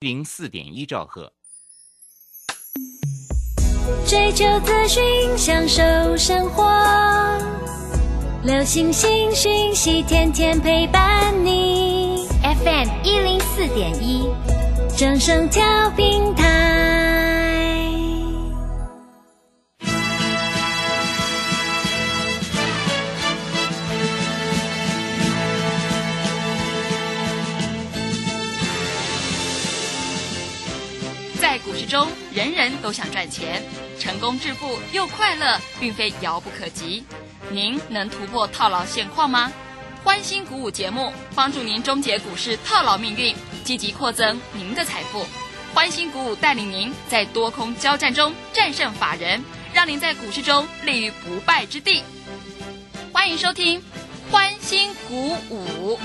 04.1兆赫。 追求资讯，享受生活，流行新讯息，天天陪伴你。FM 104.1，正声调频台。 在股市中，人人都想赚钱，成功致富又快乐，并非遥不可及。您能突破套牢现况吗？欢欣鼓舞节目帮助您终结股市套牢命运，积极扩增您的财富。欢欣鼓舞带领您在多空交战中战胜法人，让您在股市中立于不败之地。欢迎收听欢欣鼓舞。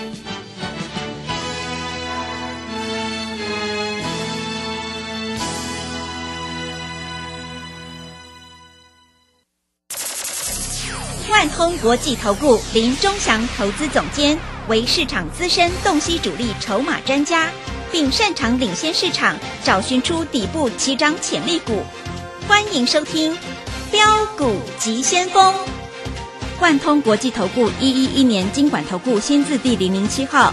万通国际投顾林钟祥投资总监为市场资深洞悉主力筹码专家，并擅长领先市场，找寻出底部起涨潜力股。欢迎收听标股急先锋。万通国际投顾111年金管投顾新字第007号。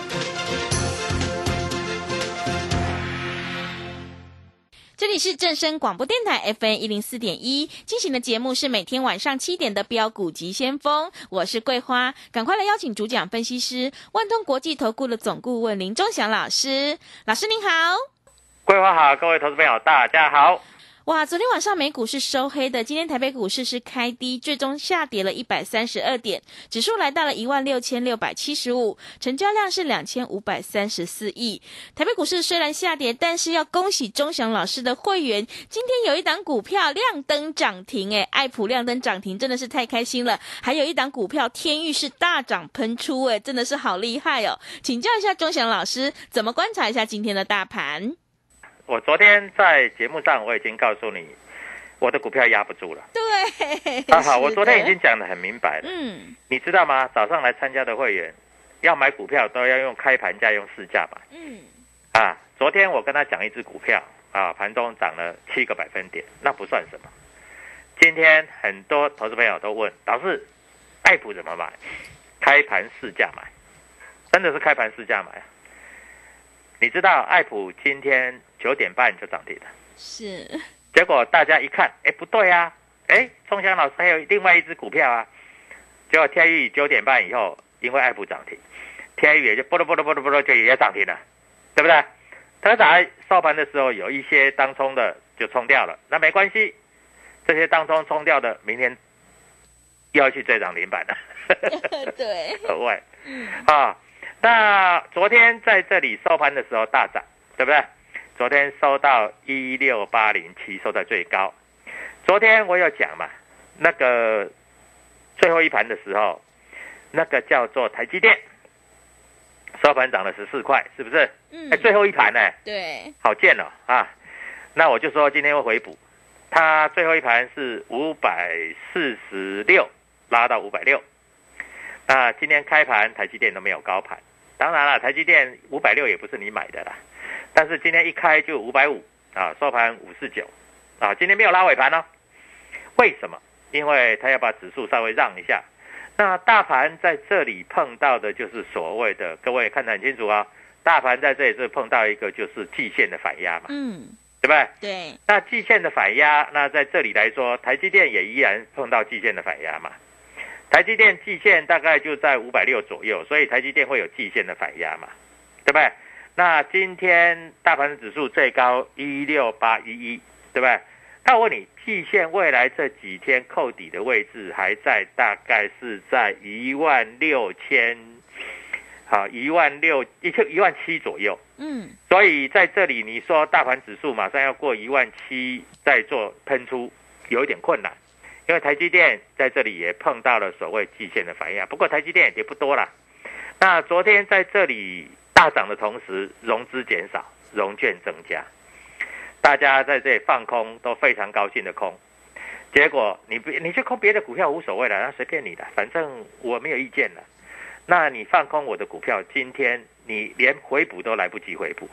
这里是正声广播电台 FM 104.1，进行的节目是每天晚上7点的标股急先锋，我是桂花，赶快来邀请主讲分析师万通国际投顾的总顾问林钟祥老师。老师您好。 桂花好，各位投资朋友大家好。 哇，昨天晚上美股是收黑的，今天台北股市是开低，最终下跌了132点，指数来到了16675，成交量是2534亿。台北股市虽然下跌，但是要恭喜钟祥老师的会员，今天有一档股票亮灯涨停，爱普亮灯涨停，真的是太开心了。还有一档股票天钰是大涨喷出，真的是好厉害哦。请教一下钟祥老师，怎么观察一下今天的大盘？ 我昨天在节目上我已经告诉你，我的股票压不住了。 对， 好，我昨天已经讲得很明白了。你知道吗？早上来参加的会员要买股票都要用开盘价，用市价买。昨天我跟他讲一只股票盘中涨了7个百分点，那不算什么。今天很多投资朋友都问老师，爱普怎么买？开盘市价买，真的是开盘市价买。你知道爱普今天9点半就涨停了， 是。 结果大家一看，不对啊，钟祥老师还有另外一只股票啊。结果天钰9点半以后，因为爱普涨停，天钰也就啵咯就也涨停了，对不对？它在收盘的时候有一些当冲的就冲掉了，那没关系，这些当冲冲掉的，明天又要去追涨停板了。 对， 各位那昨天在这里收盘的时候大涨，对不对？昨天收到16807，收在最高。昨天我有讲嘛，那个最后一盘的时候，那个叫做台积电，收盘涨了14块，是不是？最后一盘呢？ 对， 好贱哦那我就说今天会回补，它最后一盘是546，拉到560。那今天开盘台积电都没有高盘。当然了，台积电560也不是你买的啦，但是今天一开就550收盘549今天没有拉尾盘哦。为什么？因为他要把指数稍微让一下。那大盘在这里碰到的就是所谓的，各位看得很清楚大盘在这里是碰到一个就是季线的反压嘛，对不对？ 对。 那季线的反压，那在这里来说，台积电也依然碰到季线的反压嘛。台积电季线大概就在560左右，所以台积电会有季线的反压嘛，对不对？那今天大盘指数最高16811，对不对？那我问你，季线未来这几天扣底的位置还在大概是在16000，好，17000左右。所以在这里你说大盘指数马上要过17000再做喷出，有一点困难。因为台积电在这里也碰到了所谓季线的反应，不过台积电也跌不多啦。那昨天在这里大涨的同时，融资减少，融券增加，大家在这里放空都非常高兴的空，结果你去空别的股票无所谓了，那随便你的，反正我没有意见了。那你放空我的股票，今天你连回补都来不及回补，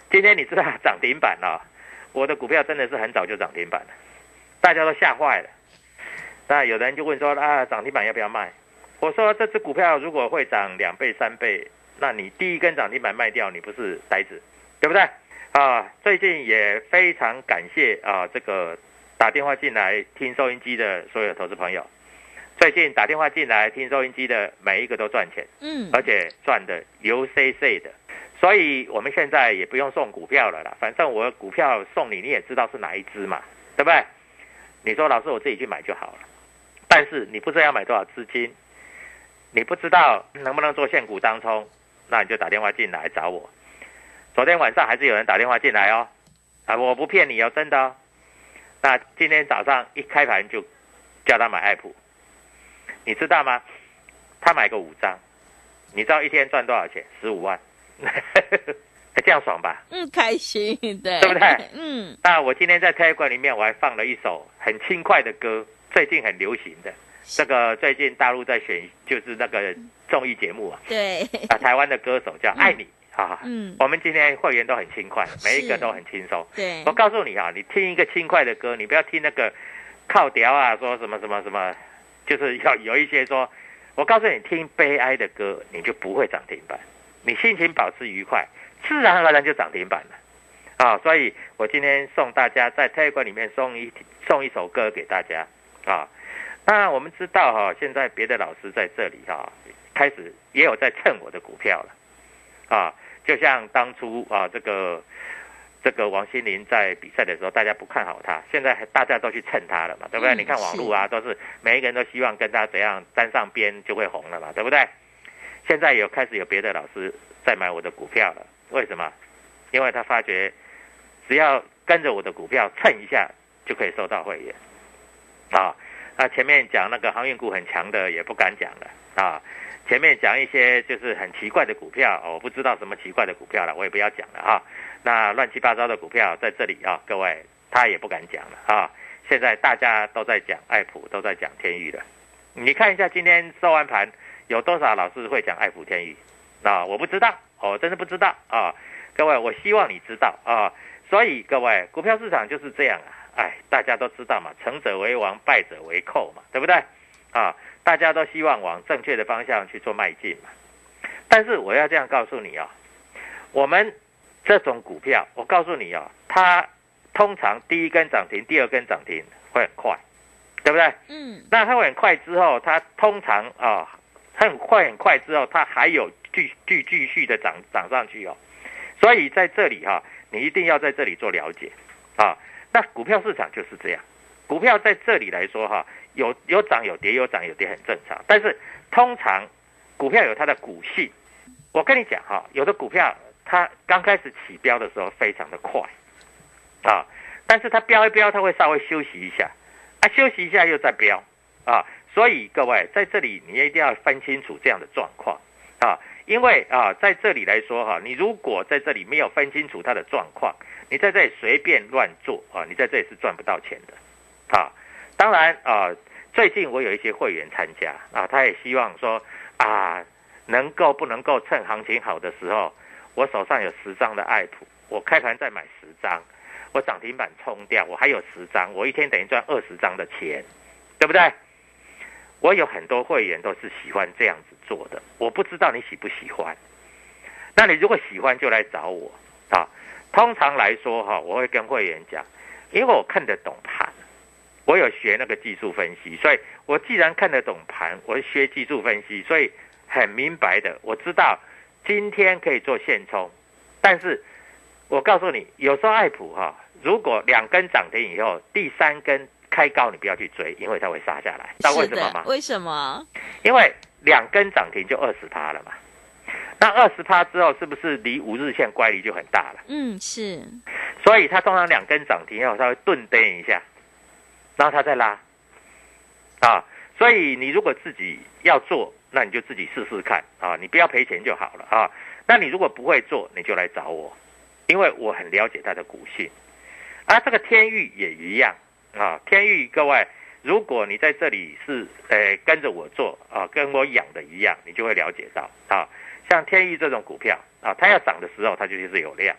今天你知道涨停板啊，我的股票真的是很早就涨停板了，大家都吓坏了。那有人就问说啊，涨停板要不要卖？我说这只股票如果会涨2倍3倍，那你第一根涨停板卖掉，你不是呆子，对不对？最近也非常感谢这个打电话进来听收音机的所有投资朋友，最近打电话进来听收音机的每一个都赚钱，而且赚的油 CC 的，所以我们现在也不用送股票了啦，反正我的股票送你，你也知道是哪一支嘛，对不对？你说老师我自己去买就好了，但是你不知道要买多少资金，你不知道能不能做现股当冲，那你就打电话进来找我。昨天晚上还是有人打电话进来哦，我不骗你哦，真的哦。那今天早上一开盘就叫他买爱普，你知道吗？他买个5张，你知道一天赚多少钱？15万，这样爽吧？ 开心，对不对？那我今天在 Telegram 里面我还放了一首很轻快的歌，最近很流行的，这个最近大陆在选就是那个综艺节目啊， 对台湾的歌手叫爱你。我们今天会员都很轻快，每一个都很轻松。 对， 我告诉你你听一个轻快的歌，你不要听那个靠调啊，说什么什么什么，就是要有一些说，我告诉你，听悲哀的歌，你就不会涨停板。你心情保持愉快，自然而然就涨停板了。所以我今天送大家在 Telegram 里面送一首歌给大家那我们知道现在别的老师在这里开始也有在蹭我的股票了就像当初这个王心凌在比赛的时候，大家不看好他，现在大家都去蹭他了嘛，对不对？你看网络都是每一个人都希望跟他怎样沾上边就会红了嘛，对不对？现在开始有别的老师在买我的股票了，为什么？因为他发觉只要跟着我的股票蹭一下就可以收到会员那前面讲那个航运股很强的也不敢讲了前面讲一些就是很奇怪的股票我不知道什么奇怪的股票了，我也不要讲了那乱七八糟的股票在这里各位他也不敢讲了现在大家都在讲爱普，都在讲天宇了。你看一下今天收完盘有多少老师会讲爱普天宇我不知道真的不知道各位我希望你知道所以各位股票市场就是这样大家都知道嘛，成者为王，败者为寇嘛，对不对大家都希望往正确的方向去做迈进嘛。但是我要这样告诉你我们这种股票，我告诉你它通常第一根涨停、第二根涨停会很快，对不对？那它会很快之后，它通常很快之后，它还有继续的涨上去所以在这里你一定要在这里做了解那股票市场就是这样，股票在这里来说有涨有跌，有涨有跌很正常。但是通常股票有它的股性，我跟你讲有的股票它刚开始起标的时候非常的快但是它飙一飙，它会稍微休息一下休息一下又再飙所以各位在这里你一定要分清楚这样的状况因为在这里来说你如果在这里没有分清楚它的状况，你在这里随便乱做你在这里是赚不到钱的当然最近我有一些会员参加他也希望说不能够趁行情好的时候，我手上有10张的爱普，我开盘再买10张，我涨停板冲掉，我还有10张，我一天等于赚20张的钱，对不对？我有很多会员都是喜欢这样子做的，我不知道你喜不喜欢。那你如果喜欢就来找我通常来说我会跟会员讲，因为我看得懂盘，我有学那个技术分析，所以我既然看得懂盘，我学技术分析，所以很明白的，我知道今天可以做现冲。但是我告诉你，有时候爱普如果2根涨停以后，第3根开高你不要去追，因为它会杀下来。知道为什么吗？ 为什么？ 因为2根涨停就20%了嘛。那20%之后是不是离5日线乖离就很大了？ 是。 所以它通常2根涨停以后，它会顿蹬一下，然后它再拉所以你如果自己要做，那你就自己试试看你不要赔钱就好了那你如果不会做，你就来找我，因为我很了解它的股性这个天宇也一样天宇各位，如果你在这里是跟着我做跟我养的一样，你就会了解到像天宇这种股票它要涨的时候它就是有量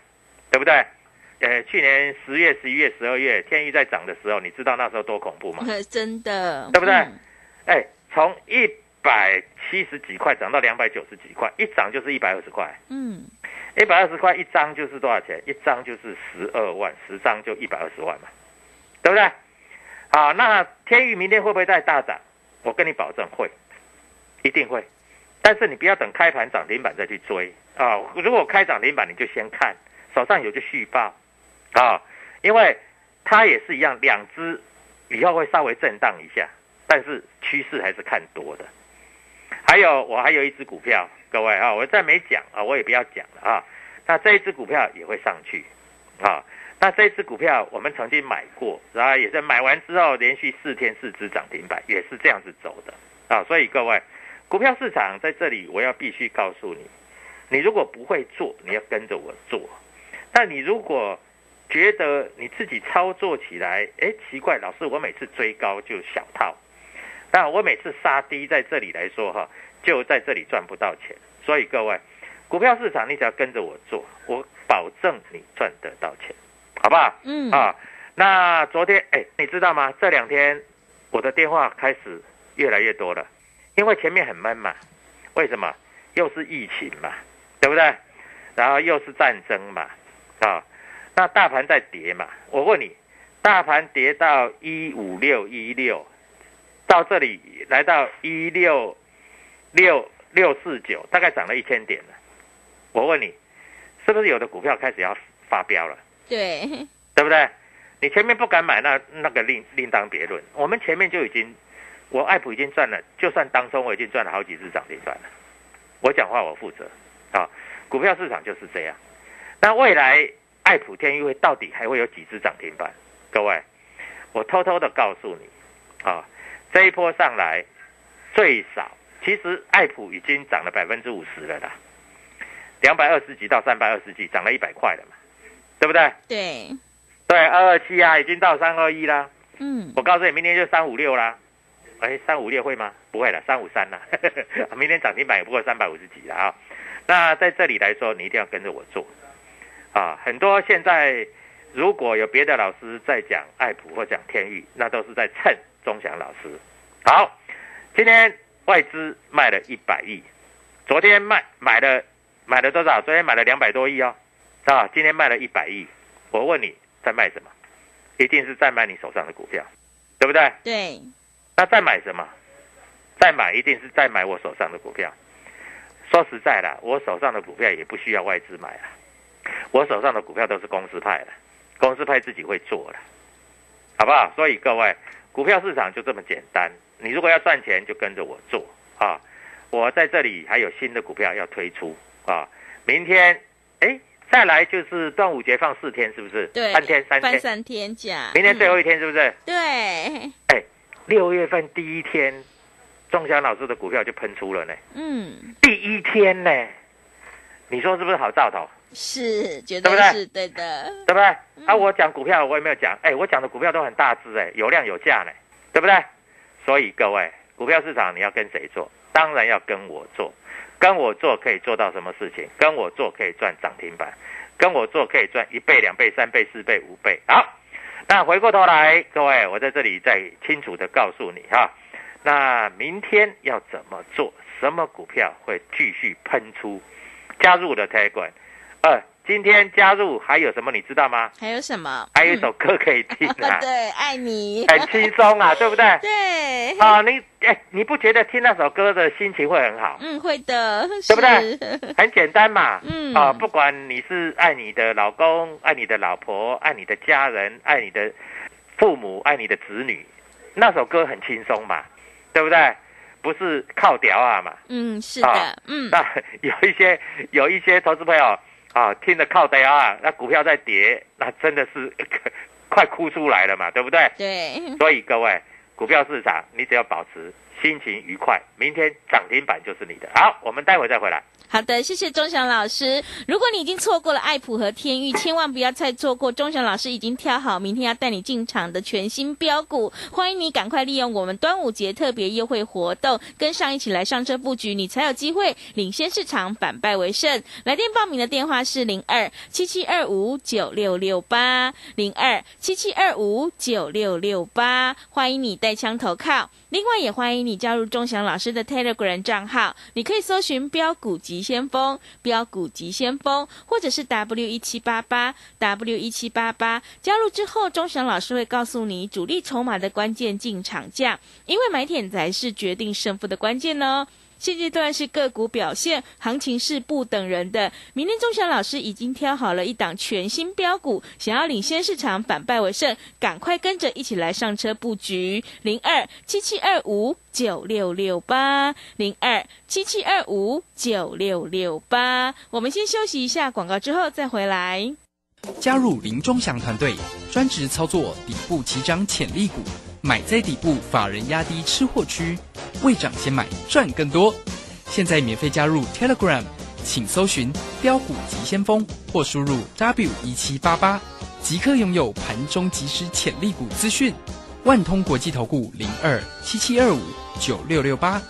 对不对？去年10月、11月、12月，天宇在涨的时候，你知道那时候多恐怖吗？ 真的， 对不对？从170几块涨到290几块，一涨就是120块。120块一张就是多少钱？一张就是12万，10张就120万嘛，对不对？好，那天宇明天会不会再大涨？我跟你保证会，一定会。但是你不要等开盘涨停板再去追啊！如果开涨停板，你就先看，手上有就续报啊，因为它也是一样，两只以后会稍微震荡一下，但是趋势还是看多的。我还有一只股票，各位啊，我再没讲啊，我也不要讲了啊。那这一只股票也会上去啊。那这一只股票我们曾经买过，然后也是买完之后连续4天4只涨停板，也是这样子走的啊。所以各位，股票市场在这里我要必须告诉你，你如果不会做，你要跟着我做。那你如果觉得你自己操作起来，奇怪，老师我每次追高就小套，那我每次杀低在这里来说哈，就在这里赚不到钱。所以各位，股票市场你只要跟着我做，我保证你赚得到钱，好不好？那昨天你知道吗？这2天我的电话开始越来越多了，因为前面很闷嘛。为什么？又是疫情嘛，对不对？然后又是战争嘛，那大盘在跌嘛。我问你，大盘跌到15616，到这里来到16649，大概涨了1000点了。我问你，是不是有的股票开始要发飙了？ 对不对？你前面不敢买，那个另当别论。我们前面就已经，我爱普已经赚了，就算当中我已经赚了好几只涨停板了。我讲话我负责啊，股票市场就是这样。那未来爱普天宇会到底还会有几只涨停板？各位，我偷偷的告诉你啊，这一波上来最少，其实爱普已经涨了50%了啦，220几到320几，涨了100块了嘛，对不对？ 对 ，227啊，已经到321啦。我告诉你，明天就356啦。356会吗？不会了，353啦。明天涨停板也不过350几了啊。那在这里来说，你一定要跟着我做啊。很多现在如果有别的老师在讲爱普或讲天宇，那都是在蹭钟祥老师。好，今天外资卖了100亿，昨天买了多少？昨天买了200多亿哦，今天卖了100亿。我问你，在卖什么？一定是在买你手上的股票，对不对？ 对。 那再买什么？再买一定是在买我手上的股票。说实在的，我手上的股票也不需要外资买了，我手上的股票都是公司派的，公司派自己会做了，好不好？所以各位，股票市场就这么简单。你如果要赚钱，就跟着我做啊！我在这里还有新的股票要推出啊！明天再来就是端午节放4天，是不是？ 对， 翻 3天假。 明天最后一天，是不是？ 对。 6月份第一天，钟祥老师的股票就喷出了呢。第一天呢，你说是不是好兆头？ 是，绝对是对的， 对不对？我讲股票，我也没有讲，我讲的股票都很大只，有量有价呢，对不对？所以各位，股票市场你要跟谁做？当然要跟我做。跟我做可以做到什么事情？跟我做可以赚涨停板，跟我做可以赚1倍、2倍、3倍、4倍、5倍。好。那回过头来，各位，我在这里再清楚的告诉你哈，那明天要怎么做？什么股票会继续喷出？加入的 Telegram，今天加入还有什么你知道吗？ 还有什么？ 还有一首歌可以听啊， 对，爱你， 很轻松啊，对不对？ 对， 你不觉得听那首歌的心情会很好？ 会的， 对不对？很简单嘛，不管你是爱你的老公、爱你的老婆、爱你的家人、爱你的父母、爱你的子女，那首歌很轻松嘛，对不对？不是靠屌啊嘛， 是的， 那有一些投资朋友听着靠屌啊，那股票在跌，那真的是快哭出来了嘛，对不对？ 对， 所以各位，股票市场你只要保持心情愉快，明天涨停板就是你的。好，我们待会再回来。 好的，谢谢钟祥老师。如果你已经错过了爱普和天钰，千万不要再错过。钟祥老师已经挑好明天要带你进场的全新标股，欢迎你赶快利用我们端午节特别优惠活动，跟上一起来上车布局，你才有机会领先市场，反败为胜。来电报名的电话是02-7725-9668 02-7725-9668，欢迎你带枪投靠。另外也欢迎你加入钟祥老师的 Telegram 账号，你可以搜寻标股急先锋、标股急先锋，或者是 W1788 W1788。加入之后，钟祥老师会告诉你主力筹码的关键进场价，因为买点才是决定胜负的关键哦。现阶段是个股表现，行情是不等人的。明天钟祥老师已经挑好了一档全新标股，想要领先市场，反败为胜，赶快跟着一起来上车布局。02-7725-9668 02-7725-9668。我们先休息一下广告，之后再回来。 加入林钟祥团队，专职操作底部起涨潜力股，买在底部，法人压低吃货区，未涨先买赚更多。现在免费加入 Telegram， 请搜寻标股急先锋或输入 W1788， 即刻拥有盘中即时潜力股资讯。万通国际投顾02-7725-9668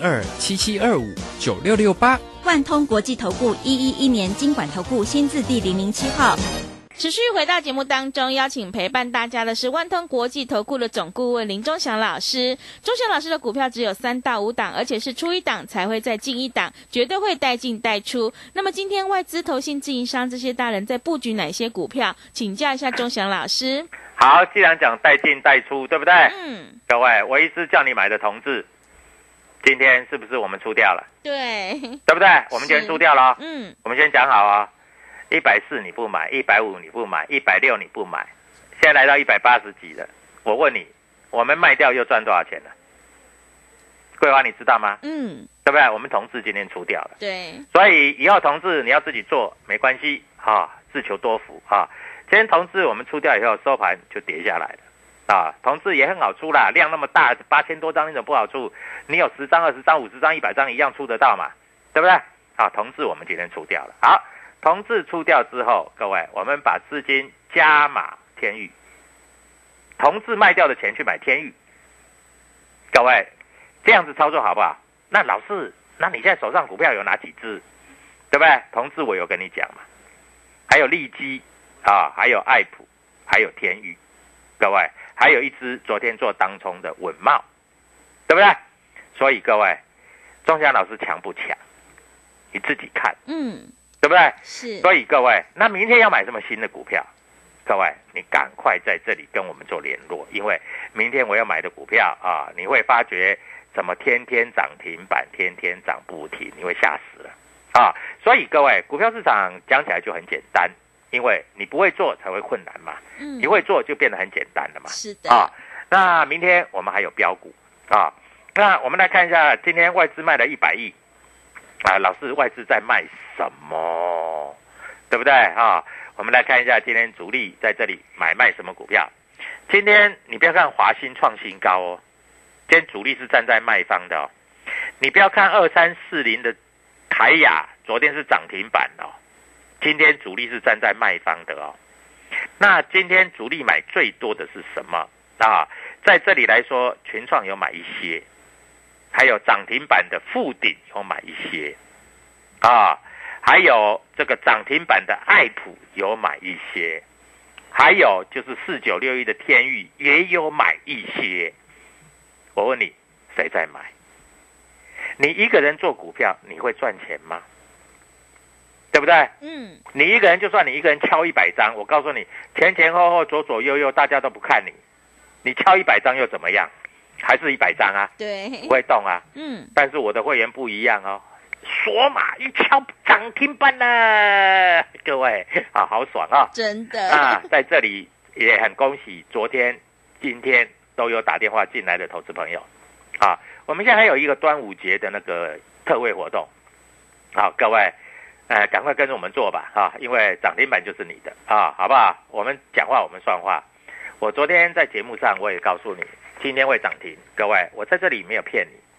02-7725-9668。 万通国际投顾111年金管投顾新字第007号。 持续回到节目当中，邀请陪伴大家的是万通国际投顾的总顾问林钟祥老师。钟祥老师的股票只有3到5档，而且是出一档才会再进一档，绝对会带进带出。那么今天外资、投信、自营商这些大人在布局哪些股票？请教一下钟祥老师。 好，既然讲带进带出，对不对？各位，我一直叫你买的同志，今天是不是我们出掉了？ 对， 对不对？我们今天出掉了。我们先讲好啊。140你不买，150你不买，160你不买，现在来到180几了。我问你，我们卖掉又赚多少钱了？桂花你知道吗？对不对？我们同志今天出掉了。 对， 所以以后同志你要自己做没关系自求多福今天同志我们出掉以后，收盘就跌下来了同志也很好出啦，量那么大，8000多张，你怎么不好出？你有10张、20张、50张、100张一样出得到嘛，对不对？同志我们今天出掉了。好，同志出掉之后，各位，我们把资金加码天钰，同志卖掉的钱去买天钰，各位这样子操作好不好？那老师，那你现在手上股票有哪几只？对不对？同志我有跟你讲嘛，还有利基还有爱普，还有天钰，各位，还有一只昨天做当冲的稳懋，对不对？所以各位，钟祥老师强不强？你自己看，对不对？ 是。 所以各位，那明天要买什么新的股票？各位，你赶快在这里跟我们做联络，因为明天我要买的股票你会发觉怎么天天涨停板，天天涨不停，你会吓死了所以各位，股票市场讲起来就很简单，因为你不会做才会困难嘛，你会做就变得很简单了嘛。 是的那明天我们还有标股那我们来看一下，今天外资卖了100亿老师，外资在卖什么？对不对我们来看一下今天主力在这里卖什么股票。今天你不要看华兴创新高今天主力是站在卖方的你不要看2340的台亚，昨天是涨停板今天主力是站在卖方的那今天主力买最多的是什么在这里来说，群创有买一些，还有涨停板的富鼎有买一些还有这个涨停板的爱普有买一些，还有就是4961的天钰也有买一些。我问你，谁在买？你一个人做股票，你会赚钱吗？对不对？你一个人，就算你一个人敲100张，我告诉你，前前后后左左右右大家都不看你，你敲100张又怎么样？还是100张对， 不会动但是我的会员不一样锁码一敲涨停板了，各位好爽真的在这里也很恭喜昨天、今天都有打电话进来的投资朋友我们现在还有一个端午节的那个特惠活动各位赶快跟着我们做吧因为涨停板就是你的好不好？我们讲话我们算话。我昨天在节目上我也告诉你，今天会涨停，各位，我在这里没有骗你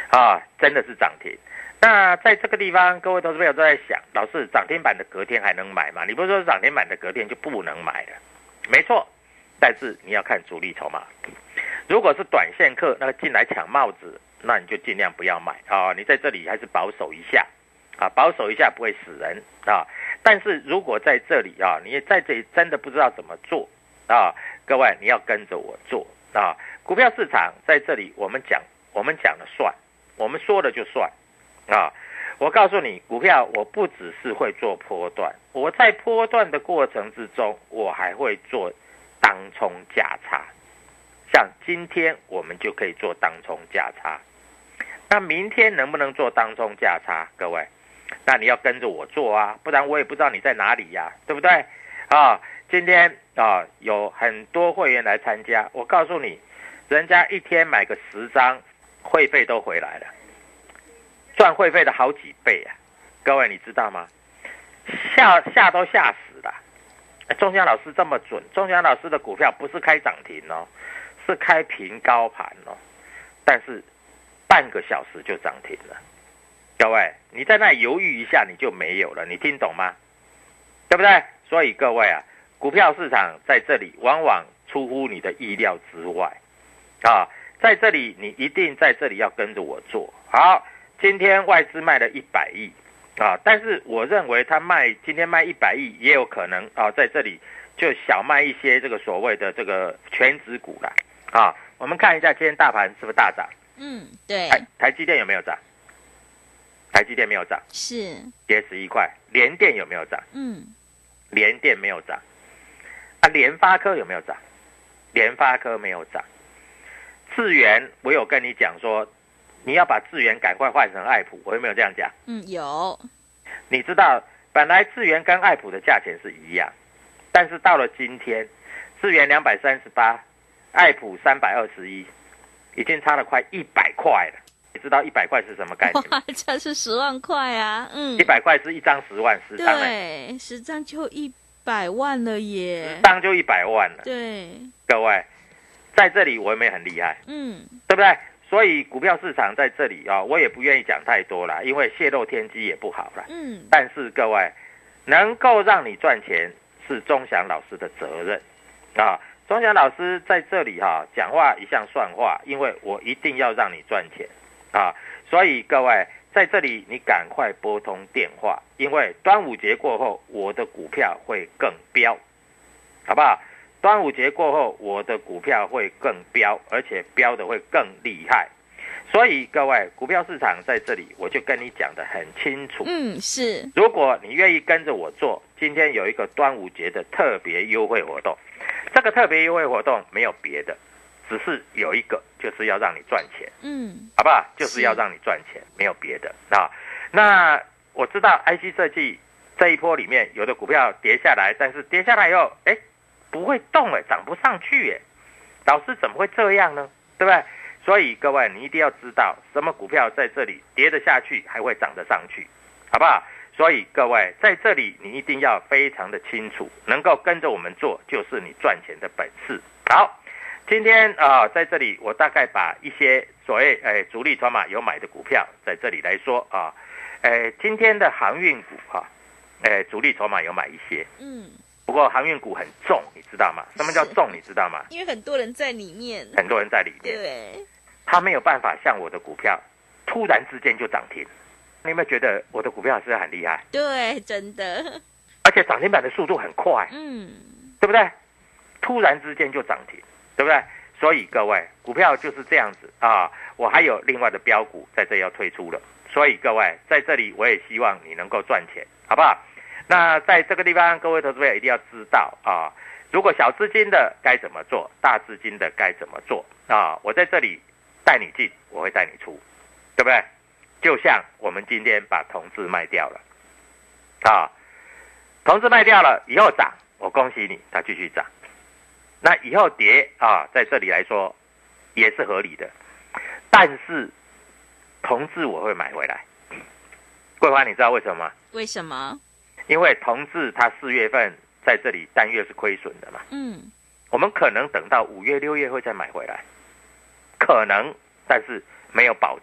真的是涨停。那在这个地方，各位投资朋友都在想，老师涨停板的隔天还能买吗？你不是说涨停板的隔天就不能买了？没错，但是你要看主力筹码。如果是短线客，那个进来抢帽子，那你就尽量不要买啊！你在这里还是保守一下啊，保守一下不会死人啊。但是如果在这里啊，你在这里真的不知道怎么做啊，各位你要跟着我做啊。股票市场在这里，我们讲了算，我们说了就算啊。我告诉你，股票我不只是会做波段，我在波段的过程之中，我还会做当冲价差。像今天我们就可以做当冲价差，那明天能不能做当冲价差？各位，那你要跟着我做啊，不然我也不知道你在哪里呀，对不对？啊，今天啊有很多会员来参加，我告诉你，人家一天买个10张，会费都回来了，赚会费的好几倍啊！各位你知道吗？吓都吓死了。钟祥老师这么准，钟祥老师的股票不是开涨停哦，是开平高盘哦，但是半个小时就涨停了。各位，你在那犹豫一下你就没有了，你听懂吗？对不对？所以各位啊，股票市场在这里往往出乎你的意料之外啊，在这里你一定在这里要跟着我做。好，今天外资卖了100亿啊，但是我认为他今天卖100亿也有可能啊，在这里就小卖一些这个所谓的这个全指股啦啊。我们看一下今天大盘是不是大涨？ 对。 台积电有没有涨？台积电没有涨， 是跌11块。联电有没有涨？联电没有涨。啊，联发科有没有涨？联发科没有涨。智原，我有跟你讲说，你要把智原赶快换成爱普，我有没有这样讲？ 有。 你知道，本来智原跟爱普的价钱是一样，但是到了今天，智原238，爱普321，已经差了快100块了。你知道100块是什么概念？ 哇，这是10万块啊 ！100块是1张10万，10张对，10张就100万了耶！ 10张就100万了。 对， 各位，在这里我有没有很厉害？对不对？所以股票市场在这里啊，我也不愿意讲太多啦，因为泄露天机也不好啦。但是各位，能够让你赚钱是钟祥老师的责任啊。钟祥老师在这里讲话一向算话，因为我一定要让你赚钱啊。所以各位在这里，你赶快拨通电话，因为端午节过后，我的股票会更飙，好不好？端午节过后，我的股票会更飙，而且飙的会更厉害。所以各位，股票市场在这里，我就跟你讲得很清楚。 是。如果你愿意跟着我做，今天有一个端午节的特别优惠活动。这个特别优惠活动没有别的，只是有一个，就是要让你赚钱。好不好？就是要让你赚钱，没有别的啊。那我知道 IC 设计这一波里面，有的股票跌下来，但是跌下来以后，不会动涨不上去老师怎么会这样呢？对不对？所以各位，你一定要知道什么股票在这里跌得下去，还会涨得上去，好不好？所以各位在这里，你一定要非常的清楚，能够跟着我们做，就是你赚钱的本事。好，今天在这里我大概把一些所谓主力筹码有买的股票在这里来说啊，今天的航运股主力筹码有买一些，不过航运股很重，你知道吗？什么叫重？你知道吗？ 因为很多人在里面， 很多人在里面， 对， 他没有办法像我的股票突然之间就涨停。你有没有觉得我的股票是很厉害？ 对，真的， 而且涨停板的速度很快，对不对？突然之间就涨停，对不对？所以各位，股票就是这样子啊。我还有另外的标股在这要推出了，所以各位在这里我也希望你能够赚钱，好不好？那在这个地方，各位投资者一定要知道啊，如果小资金的该怎么做，大资金的该怎么做啊？我在这里带你进，我会带你出，对不对？就像我们今天把同志卖掉了啊，同志卖掉了以后涨，我恭喜你，它继续涨。那以后跌在这里来说也是合理的，但是同志我会买回来。桂花，你知道为什么吗？ 为什么？ 因为同志它4月份在这里单月是亏损的嘛，我们可能等到5月6月会再买回来，可能，但是没有保证，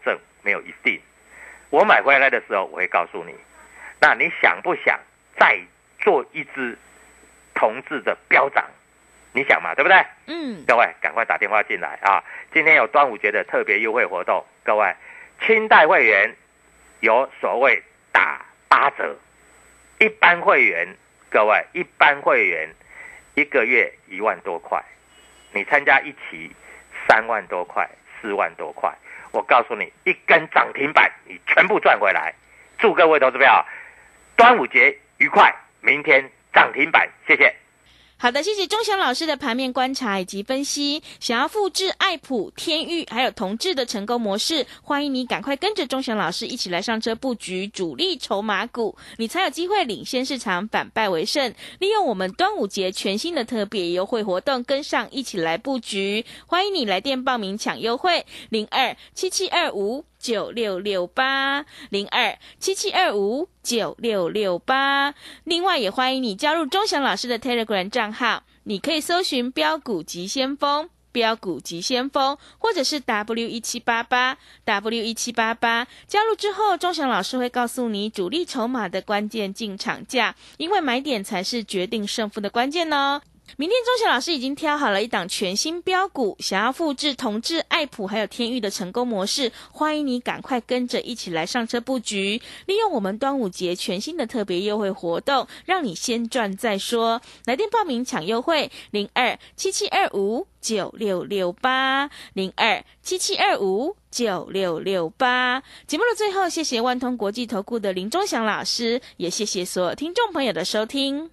没有一定。我买回来的时候我会告诉你，那你想不想再做一只同志的标涨？你想嘛，对不对？各位赶快打电话进来啊！今天有端午节的特别优惠活动，各位清代会员有所谓打8折，一般会员，各位一般会员一个月1万多块，你参加一期3万多块，4万多块，我告诉你，一根涨停板你全部赚回来。祝各位投资朋友端午节愉快，明天涨停板，谢谢。 好的，谢谢钟祥老师的盘面观察以及分析。想要复制爱普、天钰还有同志的成功模式，欢迎你赶快跟着钟祥老师一起来上车布局主力筹码股，你才有机会领先市场，反败为胜。利用我们端午节全新的特别优惠活动，跟上一起来布局。欢迎你来电报名抢优惠，02-7725-9668，02-7725-9668。另外也欢迎你加入钟祥老师的 Telegram 账号，你可以搜寻标股急先锋，标股急先锋，或者是 W1788 加入之后，钟祥老师会告诉你主力筹码的关键进场价，因为买点才是决定胜负的关键哦。明天钟祥老师已经挑好了一档全新标股，想要复制同志、爱普还有天钰的成功模式，欢迎你赶快跟着一起来上车布局，利用我们端午节全新的特别优惠活动，让你先赚再说。来电报名抢优惠，02-7725-9668 02-7725-9668。节目的最后，谢谢万通国际投顾的林钟祥老师，也谢谢所有听众朋友的收听。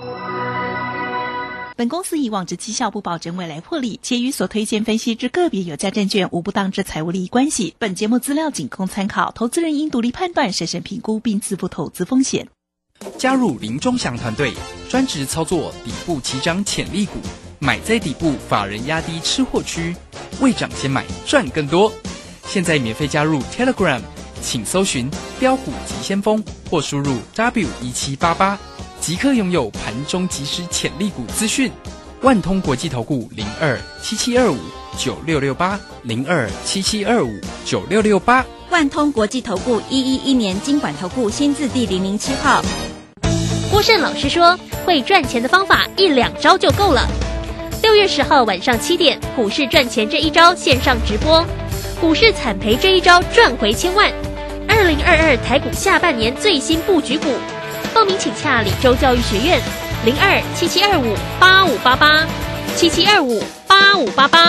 本公司以往之绩效不保证未来获利，且与所推荐分析之个别有价证券无不当之财务利益关系。本节目资料仅供参考，投资人应独立判断、审慎评估并自负投资风险。 加入林钟祥团队，专职操作底部起涨潜力股，买在底部，法人压低吃货区，未涨先买赚更多。现在免费加入 Telegram， 请搜寻标股急先锋或输入 W1788，即刻拥有盘中即时潜力股资讯。万通国际投顾02-7725-9668 02-7725-9668。 万通国际投顾111年金管投顾新字第007号。 郭胜老师说，会赚钱的方法1-2招就够了。6月10号晚上7点，股市赚钱这一招线上直播，股市惨赔这一招赚回千万。2022台股下半年最新布局股，报名请洽李州教育学院，02-7725-8588 7725-8588。